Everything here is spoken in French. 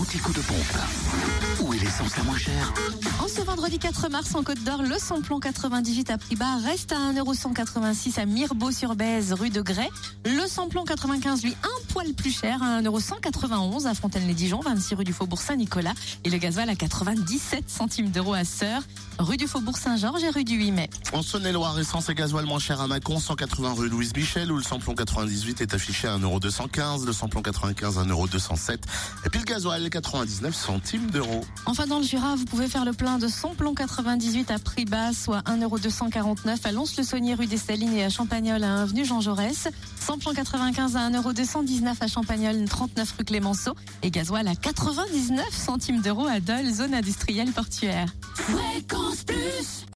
petit coup de pompe. Où est l'essence la moins chère? En ce vendredi 4 mars, en Côte d'Or, le samplon 98 à prix bas reste à 1,186 € à Mirebeau-sur-Bèze, rue de Grès. Le samplon 95, lui, un poil plus cher, à 1,191 € à Fontaine-les-Dijon, 26 rue du Faubourg Saint-Nicolas. Et le gasoil à 97 centimes d'euros à Sœur, rue du Faubourg Saint-Georges et rue du 8 mai. En Saône-et-Loire, essence et gasoil moins cher à Mâcon, 180 rue Louise Michel, où le samplon 98 est affiché à 1,215 €, le samplon 95 à 1,207 €, et puis le gasoil 99 centimes d'euros. Enfin, dans le Jura, vous pouvez faire le plein de samplon 98 à prix bas, soit 1,249 € à Lons-le-Saunier, rue des Salines et à Champagnole, à avenue Jean Jaurès. Samplon 95 à 1,219 € à Champagnole, 39 rue Clémenceau. Et gasoil à 99 centimes d'euros à Dole, zone industrielle portuaire. Fréquence Plus.